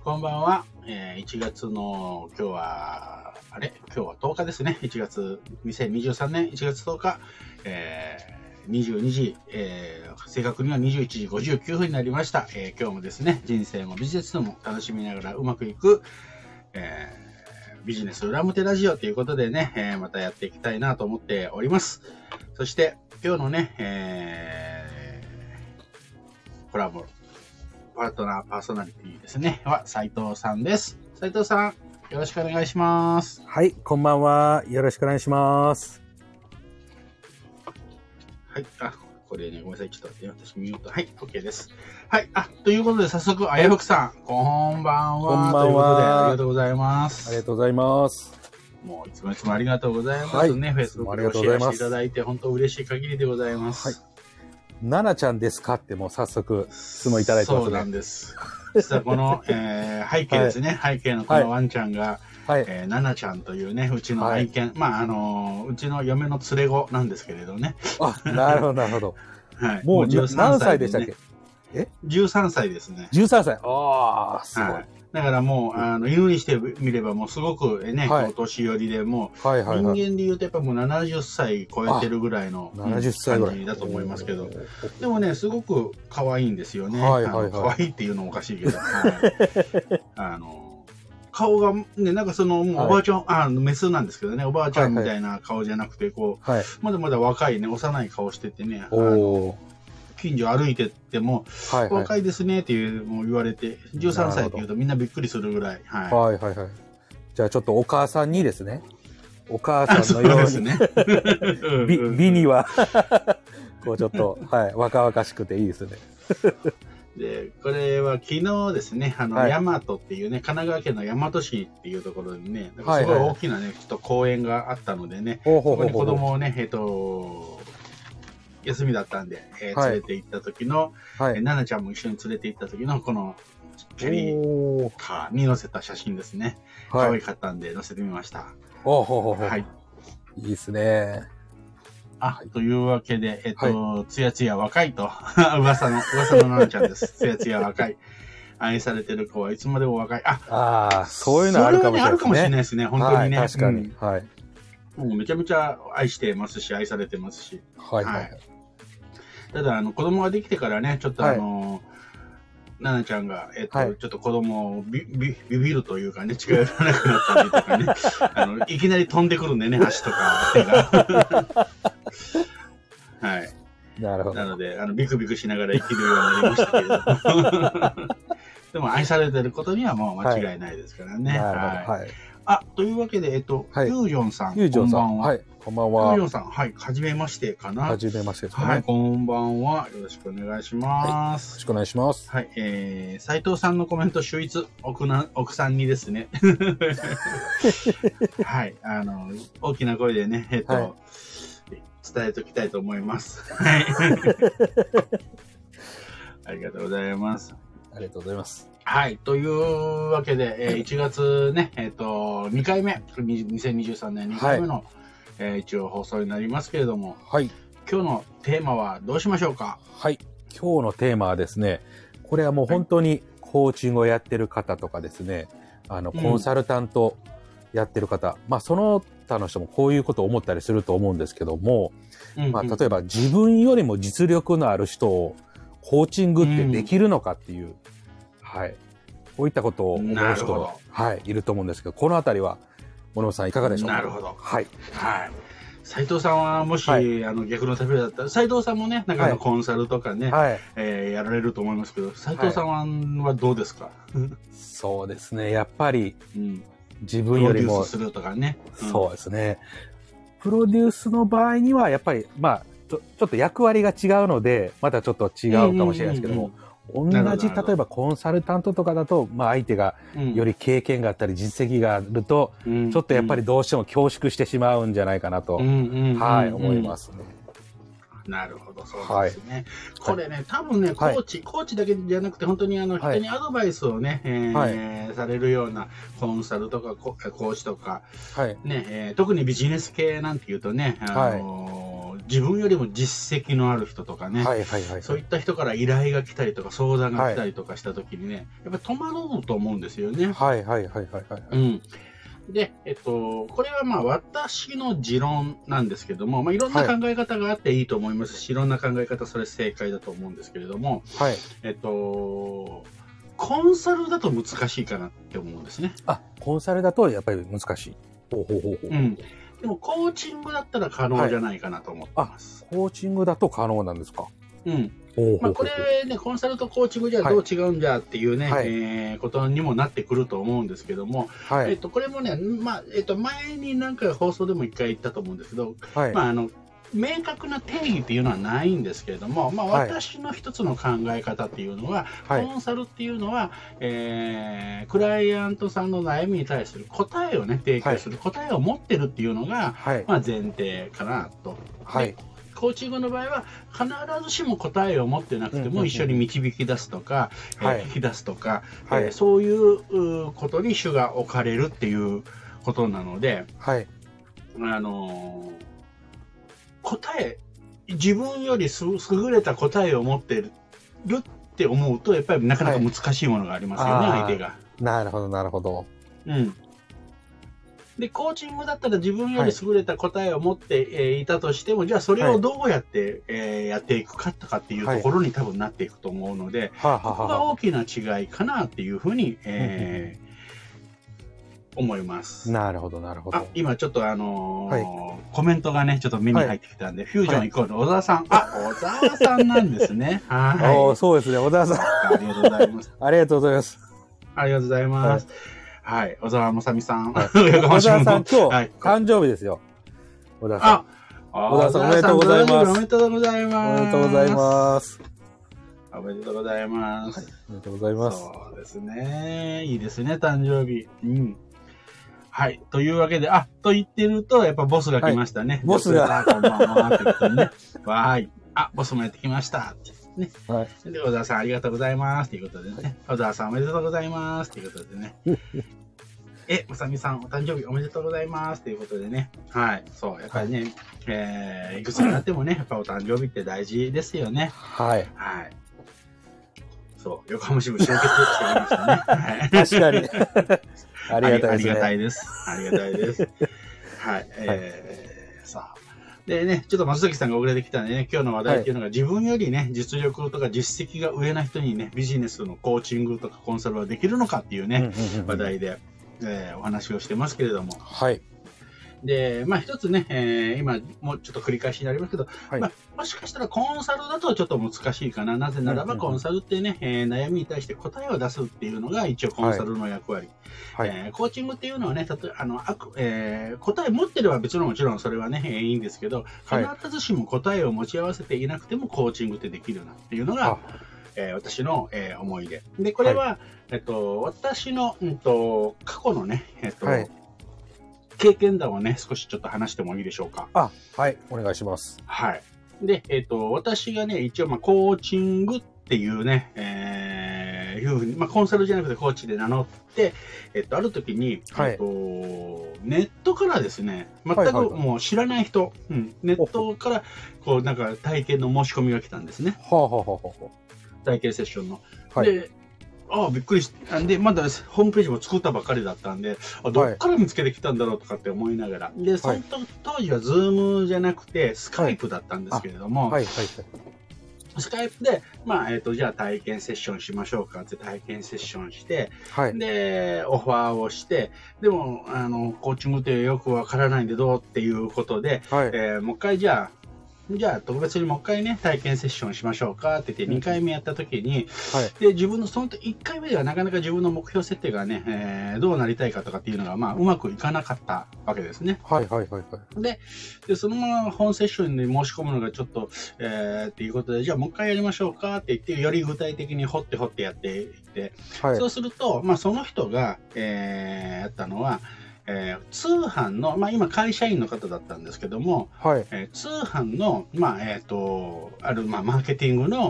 こんばんは。1月の今日は10日ですね。2023年1月10日、22時、正確には21時59分になりました。今日もですね、人生もビジネスも楽しみながらうまくいく、ビジネス裏表ラジオということでね、またやっていきたいなと思っております。そして今日のね、コラボパートナーパーソナリティですねは斉藤さんです。斉藤さん、よろしくお願いします。 はい、こんばんは。よろしくお願いします。 はい、これね、ごめんなさい。ちょっと待って、私見ようと。はい、OK です。はい、ということで早速、あやふくさん、こんばんは。 こんばんは。 ということで、ありがとうございます。 ありがとうございます。 もういつもありがとうございますね。 はい、 Facebook でシェアしていただいて、本当嬉しい限りでございます。 はい。ななちゃんですかってもう早速質問いただいてますね。 そうなんです。実はこの、背景ですね、はい、背景のこのワンちゃんが、はい、ななちゃんというね、うちの愛犬、はい、うちの嫁の連れ子なんですけれどね。 なるほど、なるほど。 はい、 もう何歳でしたっけ ？13歳ですね。 13歳。ああ、すごい。 はい、だからもう、犬にしてみればもうすごくね、お年寄りでもう、はいはいはい、人間で言うとやっぱもう70歳超えてるぐらいの感じだと思いますけど、でもね、すごく可愛いんですよね。はいはいはい、可愛いっていうのもおかしいけど、はい、顔がね、なんかその、もうおばあちゃん、メスなんですけどね、おばあちゃんみたいな顔じゃなくて、こう、はい、まだまだ若いね、幼い顔しててね、近所歩いてっても、はいはい、若いですねってもう言われて、13歳って言うとみんなびっくりするぐらい。はい、はいはいはい。 じゃあちょっとお母さんにですね、お母さんのように、そうですね、美には、こうちょっと、はい、若々しくていいですね。 で、これは昨日ですね、はい、大和っていうね、神奈川県の大和市っていうところにね、すごい大きなね、ちょっと公園があったのでね、そこに子供をね、休みだったんで、連れて行った時の、はい、ななちゃんも一緒に連れて行った時のこのキャリーカーに載せた写真ですね。可愛かったんで載せてみました。 はい。いいですね。 というわけで、つやつや若いと、噂のななちゃんです。つやつや若い。愛されてる子はいつまでも若い。 そういうのあるかもしれないですね。 あるかもしれないですね、本当にね。 確かに。はい。 もうめちゃめちゃ愛してますし、愛されてますし。はいはい。ただ、子供ができてからね、ちょっとななちゃんが、ちょっと子供をビビるというかね、近寄らなくなったりとかね、いきなり飛んでくるんでね、足とか手が。はい。 なるほど。 なので、ビクビクしながら生きるようになりましたけれども。でも愛されてることにはもう間違いないですからね。はい。というわけで、ユージョンさん、こんばんは。 はい、こんばんは。 ユージョンさん、はい、はじめましてかな。 はじめましてですね。 はい、こんばんは。よろしくお願いします。 よろしくお願いします。 はい、斉藤さんのコメント秀逸、奥さんにですね。はい、大きな声でね、伝えておきたいと思います。はい。ありがとうございます。 ありがとうございます。 はい。というわけで、1月ね、2回目、2023年2回目の、一応放送になりますけれども、はい。今日のテーマはどうしましょうか？ はい。今日のテーマはですね、これはもう本当にコーチングをやってる方とかですね、コンサルタントやってる方、その他の人もこういうことを思ったりすると思うんですけども、例えば自分よりも実力のある人をコーチングってできるのかっていう、はい。こういったことを思う人が、はい、いると思うんですけど、このあたりは、森本さんいかがでしょうか？ なるほど。 はい。 はい。斉藤さんはもし、逆の旅だったら、斉藤さんもね、なんかコンサルとかね、やられると思いますけど、斉藤さんはどうですか？ そうですね。やっぱり、自分よりも、 プロデュースするとかね。 そうですね。プロデュースの場合には、やっぱり、ちょっと役割が違うので、またちょっと違うかもしれないですけども、同じ、例えばコンサルタントとかだと、相手がより経験があったり実績があると、ちょっとやっぱりどうしても恐縮してしまうんじゃないかなと、はい、思いますね。 なるほど、そうですね。はい、これね、多分ね、コーチだけじゃなくて、本当に人にアドバイスをね、されるようなコンサルとかコーチとか、ね、特にビジネス系なんていうとね、 自分よりも実績のある人とかね、 はいはいはい。 そういった人から依頼が来たりとか相談が来たりとかした時にね、やっぱり戸惑うと思うんですよね。 はいはいはいはいはい。 うん。で、これはまあ私の持論なんですけども、まあいろんな考え方があっていいと思いますし、いろんな考え方それ正解だと思うんですけれども、 はい。 コンサルだと難しいかなって思うんですね。 あ、コンサルだとやっぱり難しい。ほうほうほうほう。 うん。でもコーチングだったら可能じゃないかなと思ってます。 コーチングだと可能なんですか。 うん。まあ、これね、コンサルとコーチングじゃどう違うんじゃっていうね、はい、ことにもなってくると思うんですけども、はい、これもね、まあ、前に何回放送でも一回言ったと思うんですけど、はい、まあ、明確な定義っていうのはないんですけれども、まあ、私の一つの考え方っていうのは、はい、コンサルっていうのは、クライアントさんの悩みに対する答えをね、提供する、答えを持ってるっていうのが、まあ、前提かなと。はいコーチングの場合は必ずしも答えを持ってなくても一緒に導き出すとか、引き出すとか、そういうことに主が置かれるっていうことなので、答え自分より優れた答えを持ってるって思うとやっぱりなかなか難しいものがありますよね、相手が。 なるほどなるほど。 うん。で、コーチングだったら自分より優れた答えを持っていたとしても、じゃあそれをどうやって、やっていくかとかっていうところに多分なっていくと思うので、ここが大きな違いかなっていうふうに、思います。 なるほど、なるほど。 今ちょっとコメントがね、ちょっと目に入ってきたんで、フュージョンイコール小沢さん。小沢さんなんですね。 はい。そうですね、小沢さん。 ありがとうございます。 ありがとうございます。 ありがとうございます。はい。小沢まさみさん。 小沢さん、今日、誕生日ですよ。小沢さん。小沢さん、おめでとうございます。 おめでとうございます。 おめでとうございます。 おめでとうございます。 おめでとうございます。 そうですね。いいですね、誕生日。うん。はい。というわけで、と言ってると、やっぱボスが来ましたね。 ボスが。 こんばんは、ってことでね。わーい。ボスもやってきました。ね。はい。で、小沢さんありがとうございます。ということでね。小沢さんおめでとうございます。ということでね。まさみさんお誕生日おめでとうございます。ということでね。はい。そう。やっぱりね、いくつになってもね、やっぱお誕生日って大事ですよね。 はい。 はい。そう。横浜支部集結してきましたね。はい。 確かに。ありがたいですね。 ありがたいです。ありがたいです。はい。さあ。でね、ちょっと松崎さんが遅れてきたんでね、今日の話題っていうのが、自分よりね、実力とか実績が上な人にね、ビジネスのコーチングとかコンサルはできるのかっていうね、話題で、お話をしてますけれども。 はい。 で、まあ一つね、今もうちょっと繰り返しになりますけど、まあ、もしかしたらコンサルだとちょっと難しいかな。なぜならばコンサルってね、悩みに対して答えを出すっていうのが一応コンサルの役割。コーチングっていうのはね、例えば答え持ってれば別のもちろんそれはね、いいんですけど、必ずしも答えを持ち合わせていなくてもコーチングってできるなっていうのが、私の、思いで。で、これは、私の、過去のね、経験談をね、少しちょっと話してもいいでしょうか。 はい、お願いします。 はい。で、私がね、一応、コーチングっていうね、いうふうに、コンサルじゃなくてコーチで名乗って、ある時に、ネットからですね、全くもう知らない人、ネットから、こう、なんか体験の申し込みが来たんですね。体験セッションの。で、びっくりして、で、まだホームページも作ったばっかりだったんで、どっから見つけてきたんだろうとかって思いながら。で、その当時はズームじゃなくて、スカイプだったんですけれども、スカイプで、じゃあ体験セッションしましょうかって体験セッションして、で、オファーをして、でも、コーチングってよくわからないんでどうっていうことで、もう一回じゃあ特別にもう一回ね、体験セッションしましょうかって言って、2回目やった時に、で、自分のその1回目ではなかなか自分の目標設定がね、どうなりたいかとかっていうのが、うまくいかなかったわけですね。で、そのまま本セッションに申し込むのがちょっと、っていうことで、じゃあもう一回やりましょうかって言って、より具体的に掘ってやっていって、そうすると、その人が、やったのは、通販の、今会社員の方だったんですけども、通販の、ある、マーケティングの、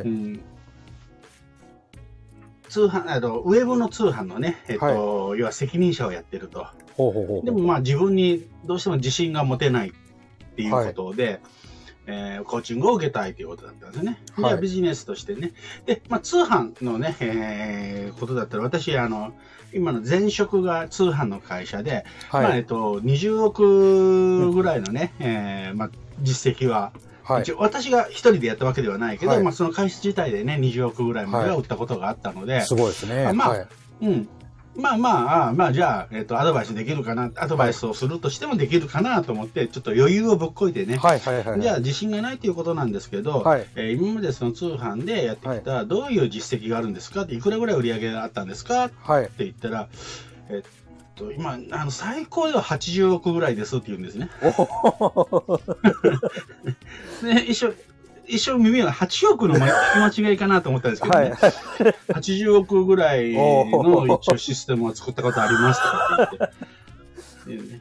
通販、ウェブの通販のね、要は責任者をやってると。でも自分にどうしても自信が持てないっていうことで、 コーチングを受けたいということだったんですね。 はいで、ビジネスとしてね。で、まあ、通販のね、ことだったら、私、今の前職が通販の会社で、 はい。 まあ、20億ぐらいのね、まあ、実績は、 はい。 一応私が一人でやったわけではないけど、 はいまあ、その会社自体でね、20億ぐらいまでは売ったことがあったので、 すごいですね。 まあはい。 うん。まあ、じゃあ、アドバイスできるかな、アドバイスをするとしてもできるかなと思って、ちょっと余裕をぶっこいてね、 はいはいはい。 じゃあ自信がないということなんですけど、 はい今までその通販でやってきた、どういう実績があるんですかって、いくらぐらい売り上げがあったんですかってはい。 言ったら、今、最高では80億ぐらいですって言うんですね。 おほほほほで一生耳が8億の聞き間違いかなと思ったんですけどね、 はい。 80億ぐらいの一応システムを作ったことありますとかって言って。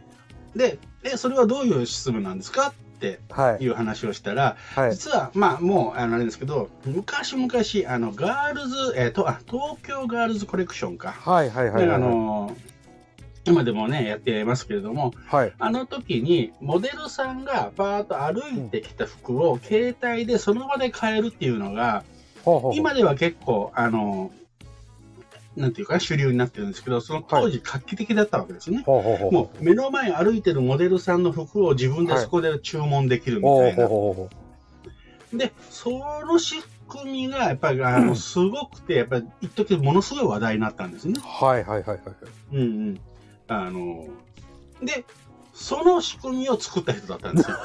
で、それはどういうシステムなんですかってはい。 いう話をしたら、 はい。 実は、まあ、もう、あれですけど、昔々、ガールズ、東京ガールズコレクションか。 はいはいはいではい。 今でもね、やってますけれども、 はい。 あの時に、モデルさんがバーッと歩いてきた服を携帯でその場で買えるっていうのが、 ほうほう。 今では結構、なんていうか、主流になってるんですけど、その当時画期的だったわけですね。 ほうほうほう。 もう目の前歩いてるモデルさんの服を自分でそこで注文できるみほうたいな。 ほうほうほで、その仕組みがやっぱりすごくて、やっぱり一時ものすごい話題になったんですね。 う。はいはいはいはい。 うんうん。で、その仕組みを作った人だったんですよ。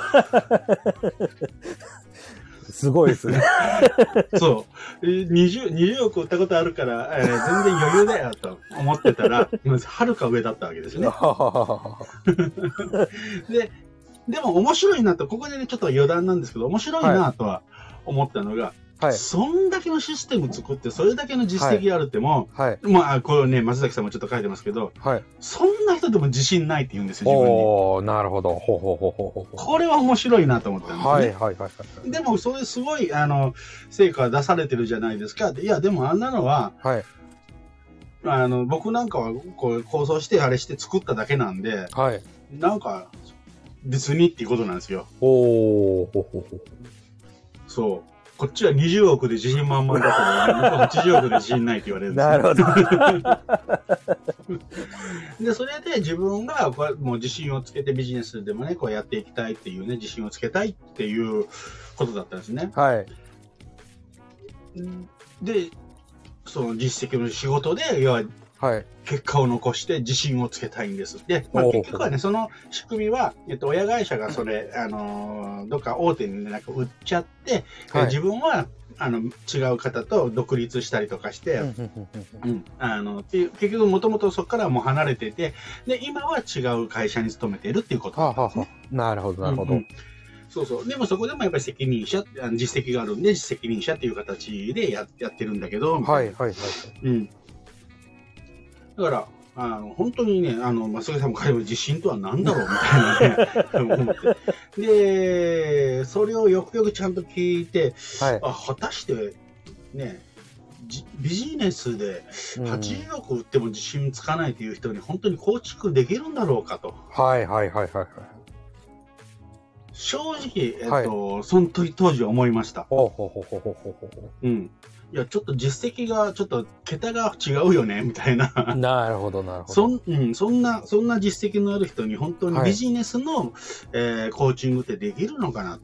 すごいですね。 そう。20億売ったことあるから、全然余裕だよと思ってたら、はるか上だったわけですね。でも面白いなと、ここでね、ちょっと余談なんですけど、面白いなとは思ったのが、 はい。 そんだけのシステム作って、それだけの実績があるっても、 はい。 まあ、これね、松崎さんもちょっと書いてますけど、 はい。 そんな人でも自信ないって言うんですよ、自分に。 おー、なるほど。ほうほうほうほうほう。 これは面白いなと思ったんですね。 はいはいはいはい。 でも、それすごい、成果出されてるじゃないですか。いや、でもあんなのは、 はい。 僕なんかはこう構想してあれして作っただけなんで、 はい。 なんか、別にっていうことなんですよ。 おー、ほうほうほう。 そう。こっちは20億で自信満々だけど、向こう80億で自信ないって言われるんですよ。 なるほど。 で、それで自分がこうもう自信をつけてビジネスでもね、こうやっていきたいっていうね、自信をつけたいっていうことだったんですね。 はい。 で、その実績の仕事で、要ははい。 結果を残して自信をつけたいんです。で、まあ、結局はね、その仕組みは、親会社がそれ、どっか大手になんか売っちゃって、 はい自分は、違う方と独立したりとかして、っていう結局もともとそこからはもう離れてて、で、今は違う会社に勤めているっていうことなんですね。 なるほど、なるほど。 そうそう。でもそこでもやっぱり責任者、実績があるんで、責任者っていう形でやってるんだけど、 はい、はい、はい。 うん。だから、本当にね、松崎さんも彼も自信とは何だろうみたいなね、思って。で、それをよくよくちゃんと聞いて、 はい。 果たして、ね、ビジネスで80億売っても自信つかないという人に本当に構築できるんだろうかと。 はい、はい、はい、はい。 正直、その当時は思いました。 ほうほうほうほうほうほう。 うん。いや、ちょっと実績が、ちょっと桁が違うよね、みたいな。 なるほど、なるほど。 そんな実績のある人に本当にビジネスの、コーチングってできるのかなって、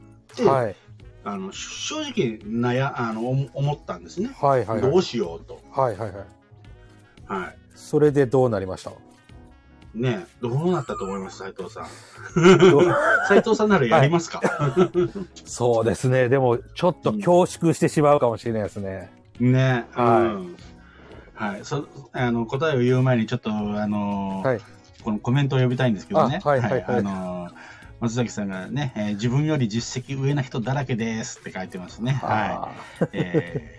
はい。 正直思ったんですね。 はい、はい。 どうしようと。 はい、はい、はい。 はい。 それでどうなりました？ ねえ、どうなったと思います、斉藤さん。斉藤さんならやりますか？ そうですね。でも、ちょっと恐縮してしまうかもしれないですね。 ねえ、 はい。 答えを言う前にちょっと、このコメントを呼びたいんですけどね。 はい、はい、はい。 松崎さんがね、自分より実績上な人だらけですって書いてますね。はい。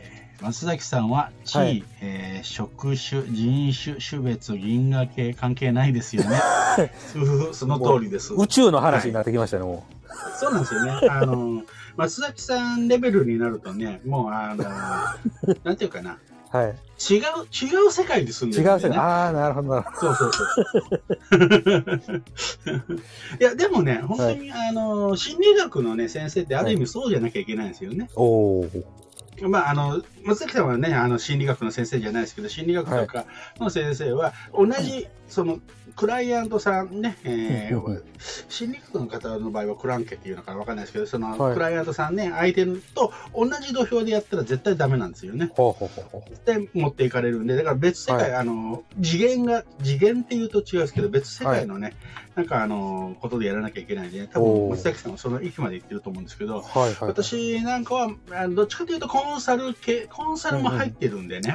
松崎さんは地位、職種、人種、種別、銀河系関係ないですよね。その通りです。 宇宙の話になってきましたね、もう。そうなんですよね。松崎さんレベルになるとね、もうなんていうかな、 はい。 違う世界に住んでるんだよね。 違う世界。ああ、なるほど、なるほそうそうそう。いや、でもね、本当に、心理学のね、先生ってある意味そうじゃなきゃいけないんですよね。 おお。 まあ、松崎さんはね、心理学の先生じゃないですけど、心理学とかの先生は、同じ、クライアントさんね、心理学の方の場合はクランケっていうのかわかんないですけど、クライアントさんね、相手と同じ土俵でやったら絶対ダメなんですよね。絶対持っていかれるんで、だから別世界、次元っていうと違うんですけど、別世界のね、なんかことでやらなきゃいけないんで、多分松崎さんはその域まで行ってると思うんですけど、私なんかは、どっちかというとコンサルも入ってるんでね。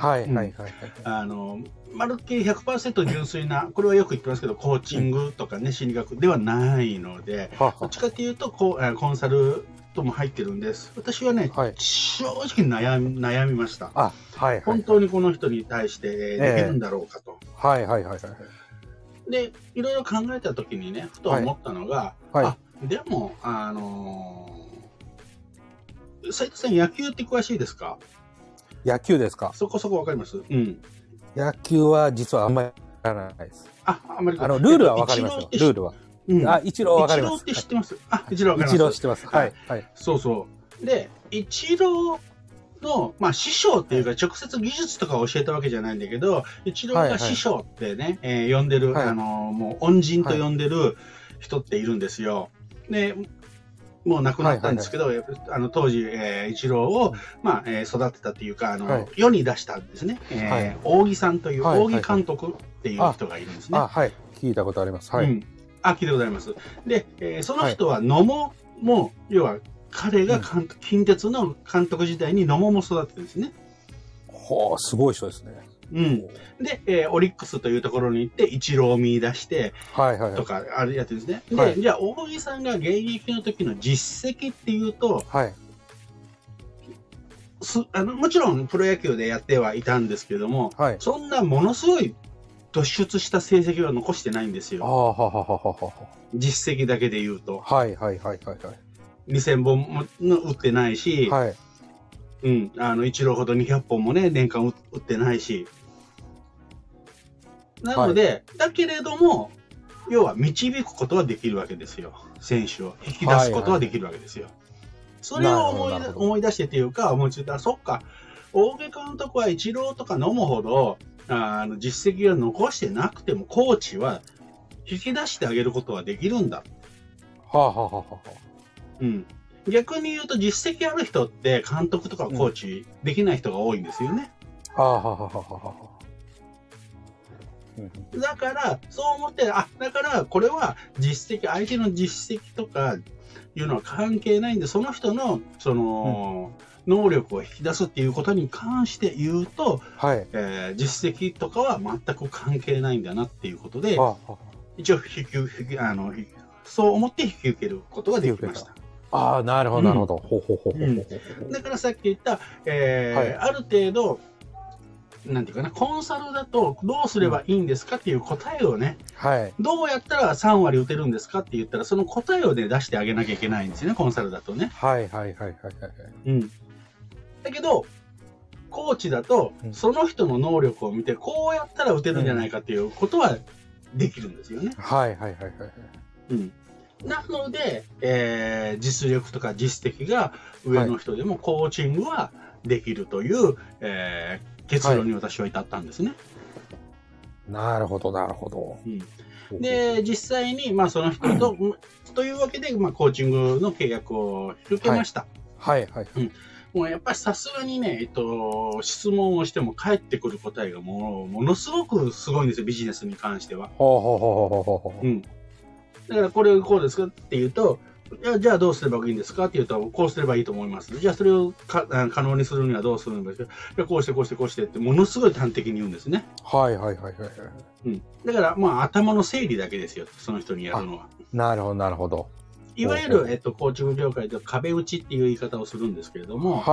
まるっきり 100% 純粋な、これはよく言ってますけど、コーチングとかね、心理学ではないので、どっちかというとコンサルとも入ってるんです。私はね、正直悩みました。本当にこの人に対してできるんだろうかと。で、いろいろ考えたときにね、ふと思ったのが、でも、斉藤さん、野球って詳しいですか？ 野球ですか？ そこそこわかります？うん。 野球は実はあんまりわからないです。 あんまり。 ルールはわかりますよ。ルールは。イチローわかります。 イチローって知ってます？イチローわかります。 イチロー知ってます。はい。 そうそう。で、イチローの、まあ、師匠っていうか、直接技術とか教えたわけじゃないんだけど、イチローが師匠ってね、呼んでる、もう恩人と呼んでる人っているんですよ。で、もう亡くなったんですけど、当時、イチローを、まあ育てたっていうか、世に出したんですね。扇さんという、扇監督っていう人がいるんですね。 聞いたことあります。 聞いたことあります。で、その人は野茂も、要は彼が近鉄の監督時代に野茂も育ててるんですね。 すごい人ですね。 で、オリックスというところに行って、イチローを見出して、とか、あれやってるんですね。で、じゃあ、大木さんが現役の時の実績っていうと、もちろんプロ野球でやってはいたんですけども、そんなものすごい突出した成績は残してないんですよ。実績だけで言うと。2000本も打ってないし、イチローほど200本もね、年間打ってないし。なので、だけれども、要は導くことはできるわけですよ。選手を引き出すことはできるわけですよ。それを思い出してというか、思いついたら、そっか、大毛監督はイチローとか飲むほど、実績が残してなくても、コーチは引き出してあげることはできるんだ。逆に言うと実績ある人って監督とかコーチできない人が多いんですよね。だからそう思ってだからこれは実績、相手の実績とかいうのは関係ないんで、その人の能力を引き出すっていうことに関して言うと、実績とかは全く関係ないんだなっていうことで、一応そう思って引き受けることができました。 なるほど、なるほど。 だからさっき言った、ある程度、なんていうかな、コンサルだとどうすればいいんですかっていう答えをね、どうやったら3割打てるんですかって言ったら、その答えをね、出してあげなきゃいけないんですよね、コンサルだとね。だけど、コーチだと、その人の能力を見て、こうやったら打てるんじゃないかっていうことはできるんですよね。なので、実力とか実績が上の人でもコーチングはできるという、結論に私は至ったんですね。 なるほど、なるほど。 で、実際に、その人と、というわけで、コーチングの契約を引き受けました。もうやっぱりさすがにね、質問をしても返ってくる答えがものすごくすごいんですよ、ビジネスに関しては。だからこれこうですかって言うと、じゃあどうすればいいんですかって言うと、こうすればいいと思います。じゃあそれを可能にするにはどうするんですか？じゃあこうしてこうしてこうしてってものすごい端的に言うんですね。だから頭の整理だけですよ、その人にやるのは。 なるほど、なるほど。 いわゆる、コーチング業界では壁打ちっていう言い方をするんですけれども、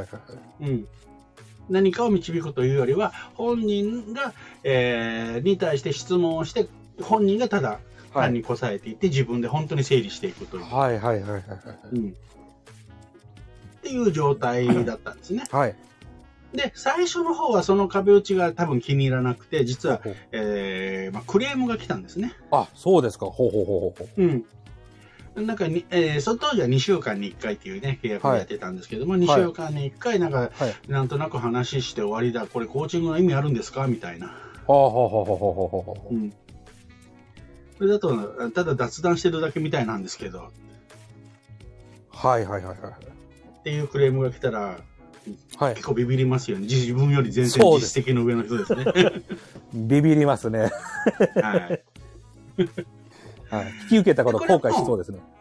何かを導くというよりは、本人が、に対して質問をして、本人がただ、単に答えていって自分で本当に整理していくというっていう状態だったんですね。 で、最初の方はその壁打ちが多分気に入らなくて、実は、まあ、クレームが来たんですね。 あ、そうですか。ほうほうほうほう。 うん。なんかその当時は2週間に1回っていうね、契約をやってたんですけども、2週間に1回、なんか、なんとなく話して終わりだ、これコーチングの意味あるんですかみたいな。 はあはあはあはあはあ。 うん。それだと、ただ雑談してるだけみたいなんですけど。 はいはいはいはい。 っていうクレームが来たら、 はい、 結構ビビりますよね。自分より全然実績の上の人ですね。 ビビりますね。 はい。 はい、引き受けたこと後悔しそうですね。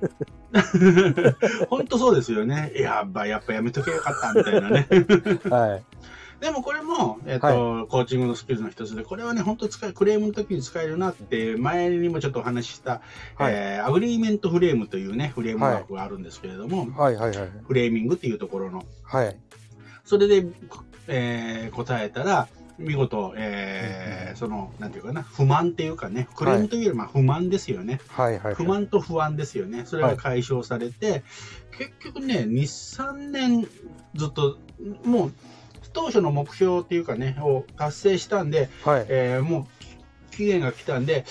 本当そうですよね。やっぱやめとけよかったみたいなね。 はい。 でもこれも、 はい、 コーチングのスキルの一つで、これはね、本当クレームの時に使えるなって、前にもちょっとお話しした、はい、アグリーメントフレームというね、フレームワークがあるんですけれども、 はいはいはいはい、 フレーミングっていうところの。 はい。 それで、答えたら、見事、その、なんていうかな、不満っていうかね、クレームというより、まあ不満ですよね。 はいはいはい、 不満と不安ですよね。それが解消されて、はい、結局ね、2、3年ずっと、もう、当初の目標っていうかね、を達成したんで、はい、もう、期限が来たんで、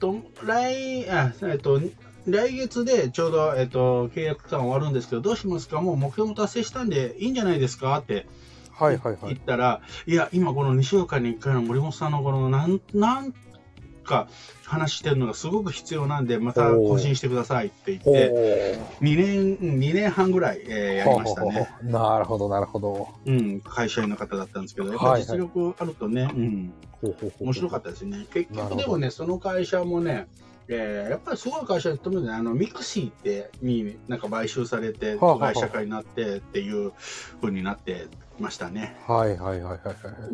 来月でちょうど、契約期間終わるんですけど、どうしますか？もう目標も達成したんでいいんじゃないですかって言ったら、いや、今この2週間に1回の森本さんのこのなんか話してるのがすごく必要なんで、また更新してくださいって言って、2年半ぐらい、やりましたね。 なるほど、なるほど。 うん、会社員の方だったんですけど、やっぱり実力あるとね、面白かったですね。結局でもね、その会社もね、やっぱりすごい会社に勤めて、ミクシーになんか買収されて、会社化になってっていう風になってましたね。 はいはいはいはい。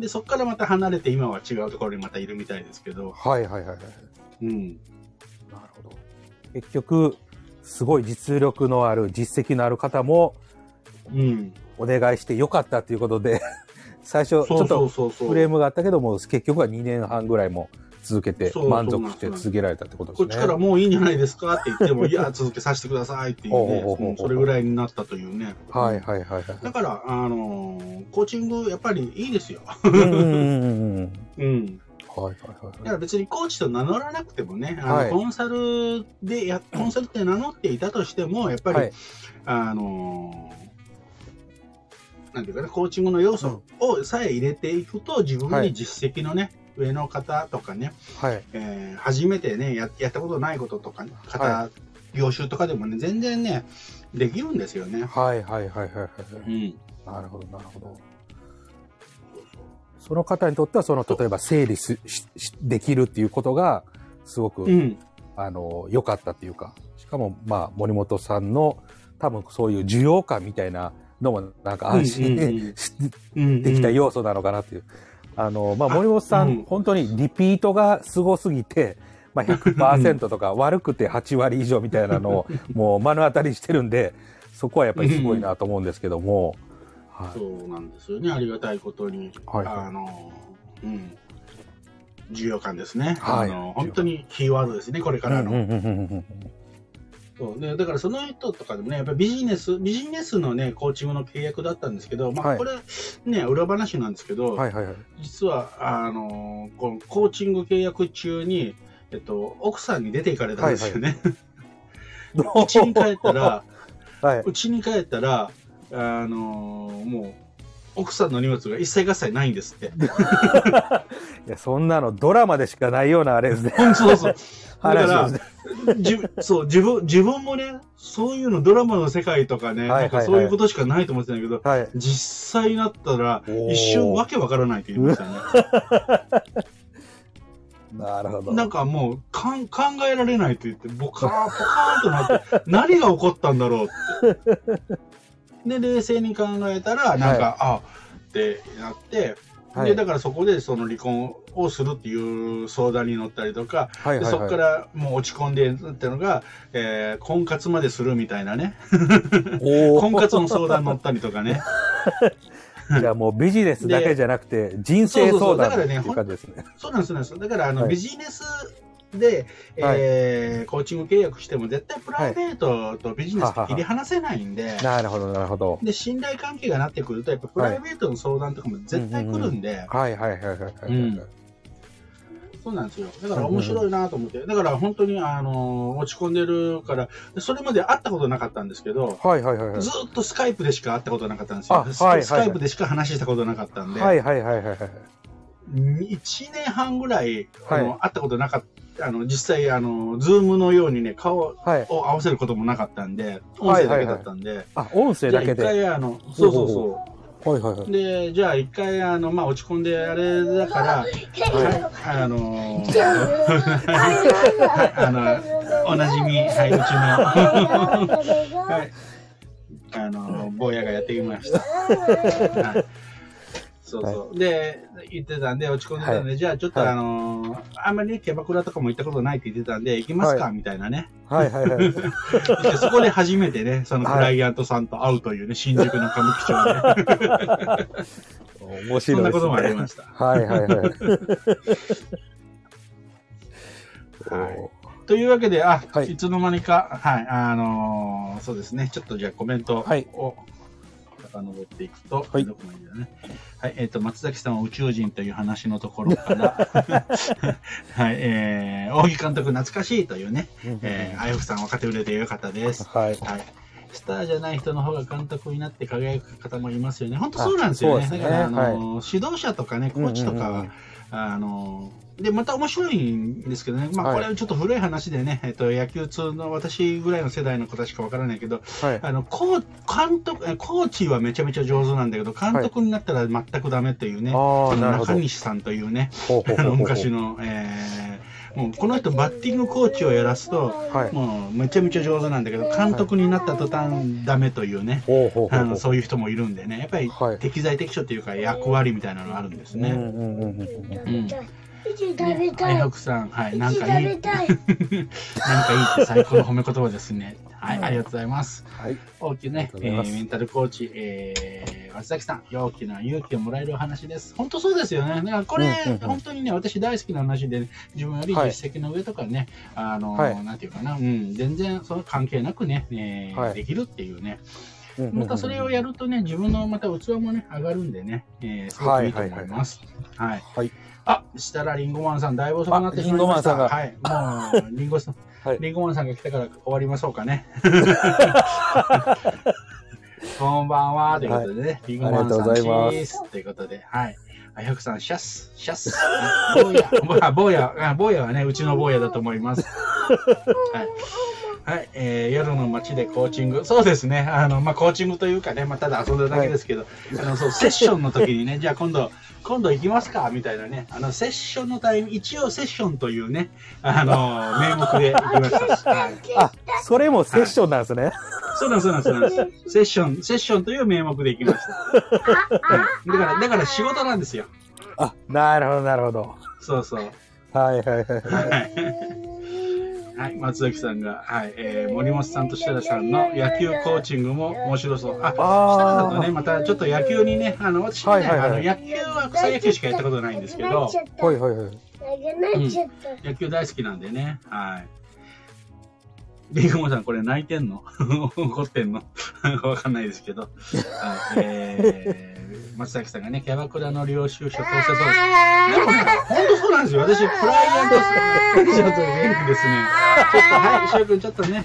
で、そこからまた離れて、今は違うところにまたいるみたいですけど。 はいはいはいはい。 うん。 なるほど。結局、すごい実力のある、実績のある方も、お願いしてよかったということで、最初、ちょっとフレームがあったけども、結局は2年半ぐらいも続けて、満足して続けられたってことですね。 こっちからもういいんじゃないですかって言っても、いや、続けさせてくださいっていうね、それぐらいになったというね。 はいはいはい。 だから、コーチング、やっぱりいいですよ。 うん。はいはいはい。 だから別にコーチと名乗らなくてもね、コンサルって名乗っていたとしても、やっぱり、なんていうかね、コーチングの要素をさえ入れていくと、自分に実績のね、上の方とかね、初めてね、やったことないこととか、ね、業種とかでもね、全然ね、できるんですよね。 はいはいはいはいはい。なるほどなるほど。その方にとっては、例えば整理できるっていうことが、すごく、良かったっていうか、しかも、まあ、森本さんの、多分そういう需要感みたいなのも、なんか安心できた要素なのかなっていう。まあ、森本さん、本当にリピートがすごすぎて、まあ、100% とか悪くて8割以上みたいなのを、もう目の当たりしてるんで、そこはやっぱりすごいなと思うんですけども、 そうなんですよね、ありがたいことに。需要感ですね。本当にキーワードですね、これからの。そうね、だからその人とかでもね、やっぱりビジネスのね、コーチングの契約だったんですけど、まあ、これね、裏話なんですけど、実は、このコーチング契約中に、奥さんに出て行かれたんですよね。うちに帰ったら、もう、奥さんの荷物が一切合切ないんですって。 いや、そんなのドラマでしかないようなあれですね。 そう。だから自分もね、そういうのドラマの世界とかね、なんかそういうことしかないと思ってたんだけど、実際になったら一瞬わけわからないって言いましたね。 なるほど。 なんかもう考えられないと言って、ポカーンとなって、何が起こったんだろうって。で、冷静に考えたら、なんか、ってなって、で、だからそこでその離婚をするっていう相談に乗ったりとか、そこからもう落ち込んでっていうのが、婚活までするみたいなね。婚活の相談乗ったりとかね。 じゃあもうビジネスだけじゃなくて人生相談っていう感じですね。 そうなんです。だからビジネスで、コーチング契約しても絶対プライベートとビジネスって切り離せないんで、 なるほど、なるほど。 で、信頼関係がなってくると、やっぱプライベートの相談とかも絶対来るんで、 はいはいはいはいはい。 そうなんですよ。だから面白いなと思って。だから本当に、落ち込んでるから、それまで会ったことなかったんですけど、 はいはいはい。 ずっとスカイプでしか会ったことなかったんですよ。スカイプでしか話したことなかったんで、 はいはいはいはい。 1年半ぐらい、会ったことなかった。実際、ズームのようにね、顔を合わせることもなかったんで、音声だけだったんで。 あ、音声だけで。 じゃあ一回、そうそうそう。 はいはいはい。 で、じゃあ一回、落ち込んであれだから、おなじみ、はい、うちの、はい、坊やがやってきました。はい、そうそう。で、言ってたんで、落ち込んでたんで、じゃあちょっとあんまりね、キャバクラとかも行ったことないって言ってたんで、行きますかみたいなね。 はいはいはい。 そこで初めてね、そのクライアントさんと会うというね、新宿の歌舞伎町で。 面白いですね。 そんなこともありました。 はいはいはい。はい 。というわけで、いつの間にか、はい、そうですね、ちょっとじゃあコメントを、遡っていくと、どこまでだね。はい、松崎さんは宇宙人という話のところから、はい、扇監督懐かしいというね、あやふさん若手売れてよかったです。はい。スターじゃない人の方が監督になって輝く方もいますよね。本当そうなんですよね。だから、指導者とかね、コーチとかは、で、また面白いんですけどね、まあ、これはちょっと古い話でね、野球通の私ぐらいの世代の子たちかわからないけど、コーチはめちゃめちゃ上手なんだけど、監督になったら全くダメっていうね、中西さんというね、昔の、もうこの人バッティングコーチをやらすと、もうめちゃめちゃ上手なんだけど、監督になった途端ダメというね、そういう人もいるんでね、やっぱり適材適所というか役割みたいなのがあるんですね。愛白さん、はい、なんかいい。なんかいいって最高の褒め言葉ですね。はい、ありがとうございます。はい。大きなね、メンタルコーチ、松崎さん、大きな勇気をもらえる話です。本当そうですよね。だからこれ、本当にね、私大好きな話で、自分より実績の上とかね、なんていうかな、全然その関係なくね、できるっていうね。またそれをやるとね、自分のまた器もね、上がるんでね、すごくいいと思います。はい。したらリンゴマンさん、だいぶ遅くなってしまいました。はい。もう、リンゴマンさんが来てから終わりましょうかね。こんばんは、ということでね、リンゴマンさん、チーズということで、はい。あやくさん、シャス、シャス。坊やはね、うちの坊やだと思います。はい。はい、夜の街でコーチング。そうですね。コーチングというかね、ただ遊んだだけですけど、そう、セッションの時にね、じゃあ今度行きますかみたいなね、セッションのタイム、一応セッションというね、名目で行きました。はい、 それもセッションなんですね。 そうなんです。セッションという名目で行きました。だから仕事なんですよ。 なるほど。 そうそう。 はい。 はい、松崎さんが、はい、森本さんと設楽さんの野球コーチングも面白そう。設楽さんとね、またちょっと野球にね、私ね、野球は草野球しかやったことないんですけど、野球大好きなんでね、はい。リンゴモさん、これ泣いてんの怒ってんのわかんないですけど、松崎さんがね、キャバクラの領収書通せそうです。でもね、本当そうなんですよ。私、クライアントさん、ちょっと元気ですね。ちょっと、はい、翔くん、ちょっとね、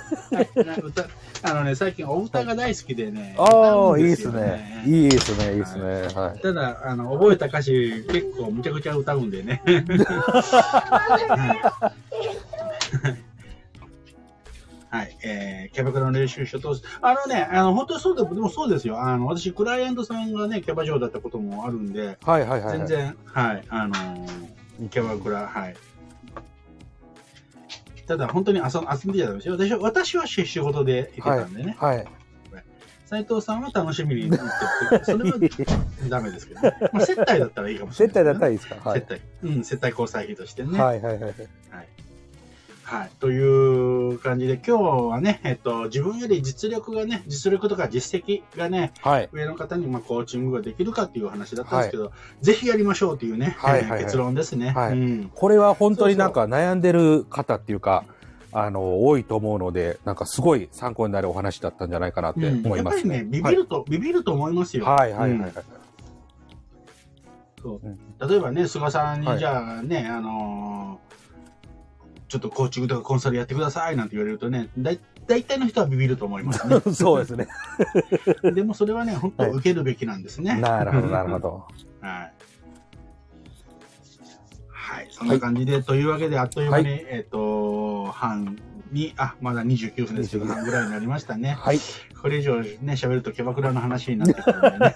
はい、最近お歌が大好きでね。 いいですね。いいですね。はい。 ただ、覚えた歌詞、結構むちゃくちゃ歌うんでね。はい、キャバクラの練習所と、本当にそうでもそうですよ。私、クライアントさんがね、キャバ嬢だったこともあるんで、全然、はい、キャバクラ、はい。ただ、本当に遊んでちゃダメですよ。私は仕事で行ってたんでね。斉藤さんは楽しみに行ってて、それはダメですけどね。接待だったらいいかもしれない。 接待だったらいいですか？ 接待交際費としてね。 はい。という感じで、今日はね、自分より実力とか実績がね、 はい。 上の方にコーチングができるかっていう話だったんですけど、ぜひやりましょうというね、結論ですね。 はい。 うん、 これは本当になんか悩んでる方っていうか、多いと思うので、なんかすごい参考になるお話だったんじゃないかなって思いますね。 やっぱりね、ビビると思いますよ。 はいはいはいはい。 そう例えばね、菅さんにじゃあね、ちょっとコーチングとかコンサルやってくださいなんて言われるとね、大体の人はビビると思いますね。 そうですね。 でもそれはね、本当受けるべきなんですね。 なるほど、なるほど。 はい。はい、そんな感じで、というわけで、あっという間に、まだ29分ですけど、半ぐらいになりましたね。 はい。 これ以上ね、喋るとキャバクラの話になってくるんでね。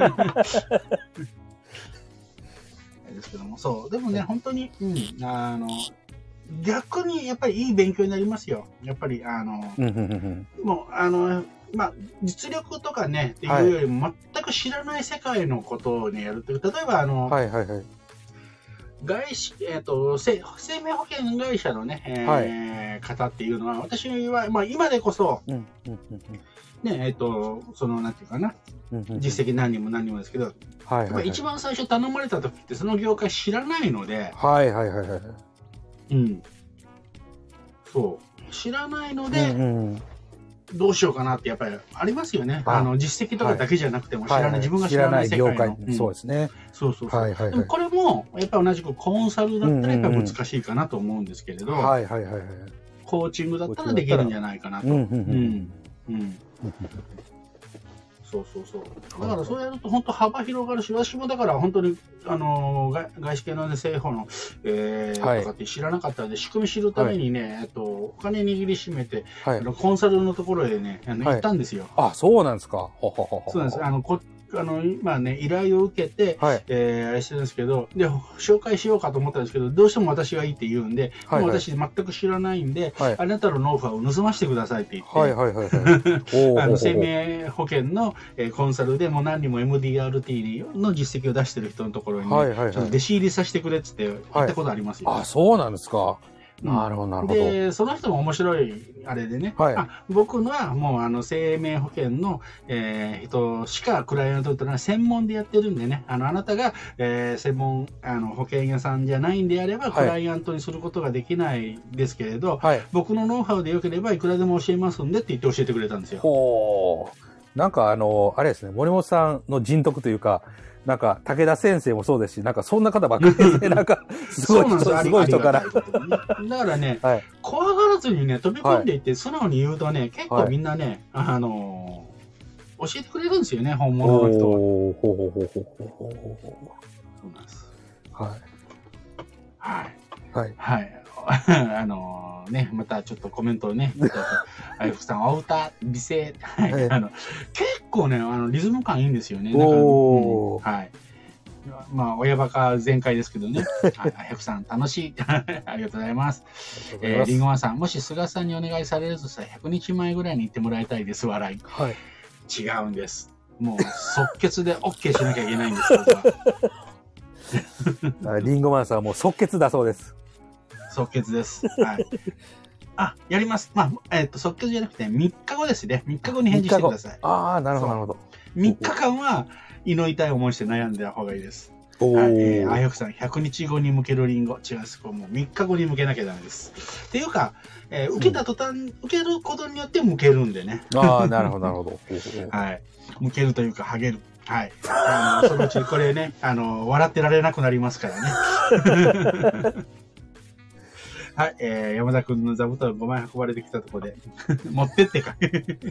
ですけども、そう。でもね、本当に、逆にやっぱりいい勉強になりますよ。やっぱり、もう、実力とかね、っていうよりも、全く知らない世界のことをね、やるという。例えば、生命保険会社のね、方っていうのは、私は、今でこそ、ね、なんていうかな、実績何人もですけど、一番最初頼まれた時って、その業界知らないので、そう、知らないので、どうしようかなってやっぱりありますよね。実績とかだけじゃなくても自分が知らない世界の。 そうですね。 そう。でもこれもやっぱり同じくコンサルだったらやっぱり難しいかなと思うんですけれど、コーチングだったらできるんじゃないかなと。そう。だからそうやると本当幅広がるし、私もだから本当に外資系の、ね、製法の、とかって知らなかったので、仕組み知るためにね、お金握りしめて、コンサルのところへね、行ったんですよ。 あ、そうなんですか。 そうなんです。今ね、依頼を受けて、あれしてるんですけど、で、紹介しようかと思ったんですけど、どうしても私がいいって言うんで、もう私全く知らないんで、あなたのノウハウを盗ませてくださいって言って、生命保険のコンサルでもう何人も MDRT の実績を出してる人のところに、ちょっと弟子入りさせてくれって言って言ったことありますよ。 あ、そうなんですか。なるほど、なるほど。 で、その人も面白いあれでね、僕のはもう生命保険の、人しかクライアントというのは専門でやってるんでね、あなたが、専門保険屋さんじゃないんであれば、クライアントにすることができないですけれど、僕のノウハウでよければいくらでも教えますんでって言って教えてくれたんですよ。 なんかあれですね、森本さんの人徳というか、なんか、武田先生もそうですし、なんか、そんな方ばっかりですね。なんか、すごい人から。 だからね、怖がらずにね、飛び込んでいって、素直に言うとね、結構みんなね、教えてくれるんですよね、本物の人は。そうなんです。ね、またちょっとコメントをね、あゆふさん、お歌、美声、結構ね、リズム感いいんですよね。親バカ全開ですけどね。あゆふさん、楽しい。ありがとうございます。りんごまんさん、もし菅さんにお願いされるとしたら、100日前ぐらいに行ってもらいたいです、笑い。違うんです。もう、即決で OK しなきゃいけないんです、僕は。 りんごまんさんはもう即決だそうです。 即決です。やります。即決じゃなくて、3日後ですね。3日後に返事してください。 ああ、なるほど、なるほど。 3日間は、胃の痛い思いして悩んでた方がいいです。あゆふさん、100日後に向けるリンゴ。違うんです。もう3日後に向けなきゃダメです。っていうか、受けた途端、受けることによって向けるんでね。 ああ、なるほど、なるほど。 向けるというか、ハゲる。そのうちこれね、笑ってられなくなりますからね。山田君の座布団5枚運ばれてきたところで、持ってってか。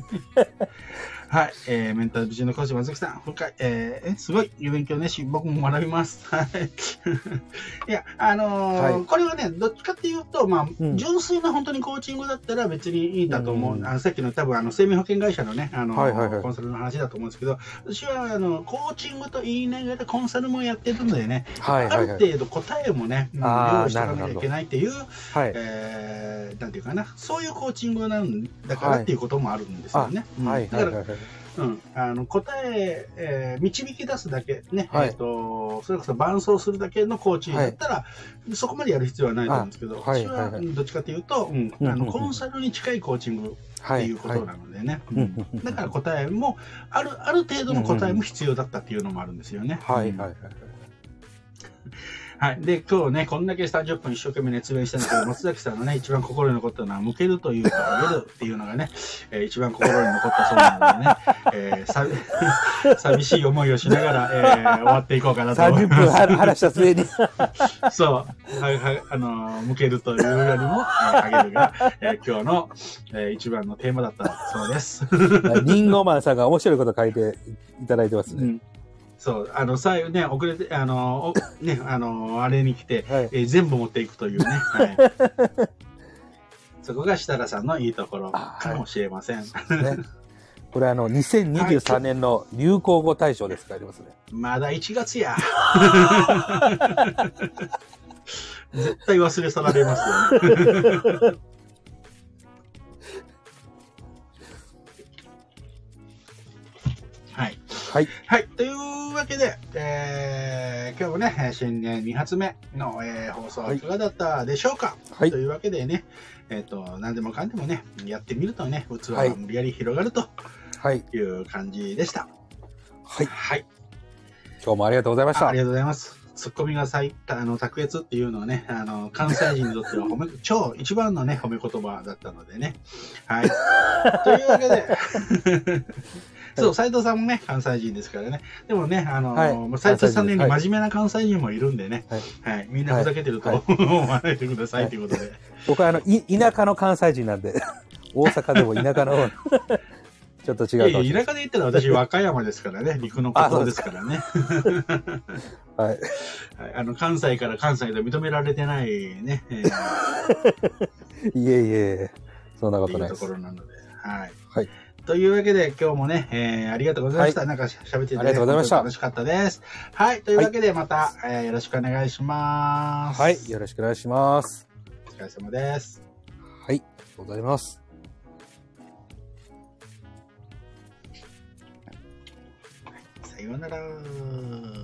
メンタル美人の講師、松木さん、深い、すごい、勉強熱心、僕も学びます。いや、これはね、どっちかっていうと、純粋な本当にコーチングだったら別にいいんだと思う。さっきの多分、生命保険会社のね、コンサルの話だと思うんですけど、私は、コーチングと言いながらコンサルもやってるのでね、ある程度答えもね、用意しておかなきゃいけないっていう、なんていうかな、そういうコーチングなんだからっていうこともあるんですよね。だから答え、導き出すだけ、ね、 はいそれこそ伴走するだけのコーチだったら、そこまでやる必要はないと思うんですけど、私はどっちかというと、コンサルに近いコーチングっていうことなのでね。だから答えも、ある程度の答えも必要だったっていうのもあるんですよね。 はいはいはい。 はい。で、今日ね、こんだけ30分一生懸命熱弁したんですけど、松崎さんのね、一番心に残ったのは、向けるというか、あげるっていうのがね、一番心に残ったそうなのでね、寂しい思いをしながら、終わっていこうかなと思います。 30分話した末に。 そう。向けるというよりも、あげるが、今日の、一番のテーマだったそうです。 リンゴマンさんが面白いこと書いていただいてますね。 そう、最後ね、遅れて、あれに来て、はい、全部持っていくというね。はい、そこが設楽さんのいいところかもしれません。ね、 これ2023年の流行語大賞ですか、ありますね。 まだ1月や。絶対忘れ去られますよね。はい。 はい。 はい。というわけで、今日もね、新年2発目の、放送はいかがだったでしょうか。はい。というわけでね、何でもかんでもね、やってみるとね、器が無理やり広がるという感じでした。 はい。 はい。 今日もありがとうございました。 ありがとうございます。ツッコミが卓越っていうのはね、関西人にとっては一番のね、褒め言葉だったのでね。はい。というわけで、そう、斉藤さんもね、関西人ですからね。でもね、斉藤さんのように真面目な関西人もいるんでね。はい。みんなふざけてると思わないでくださいということで。 僕は田舎の関西人なんで、大阪でも田舎の方ちょっと違うかもしれない。 田舎で言ったら私、和歌山ですからね。陸の孤島ですからね。 はい。 関西から関西で認められてないね。 いえいえ、そんなことないです。 ところなので。はい。 はい。 というわけで、今日もね、ありがとうございました。なんか喋ってて、 ありがとうございました。 楽しかったです。はい。というわけで、また、よろしくお願いします。 はい。よろしくお願いします。 お疲れ様です。 はい。ありがとうございます。 さようなら。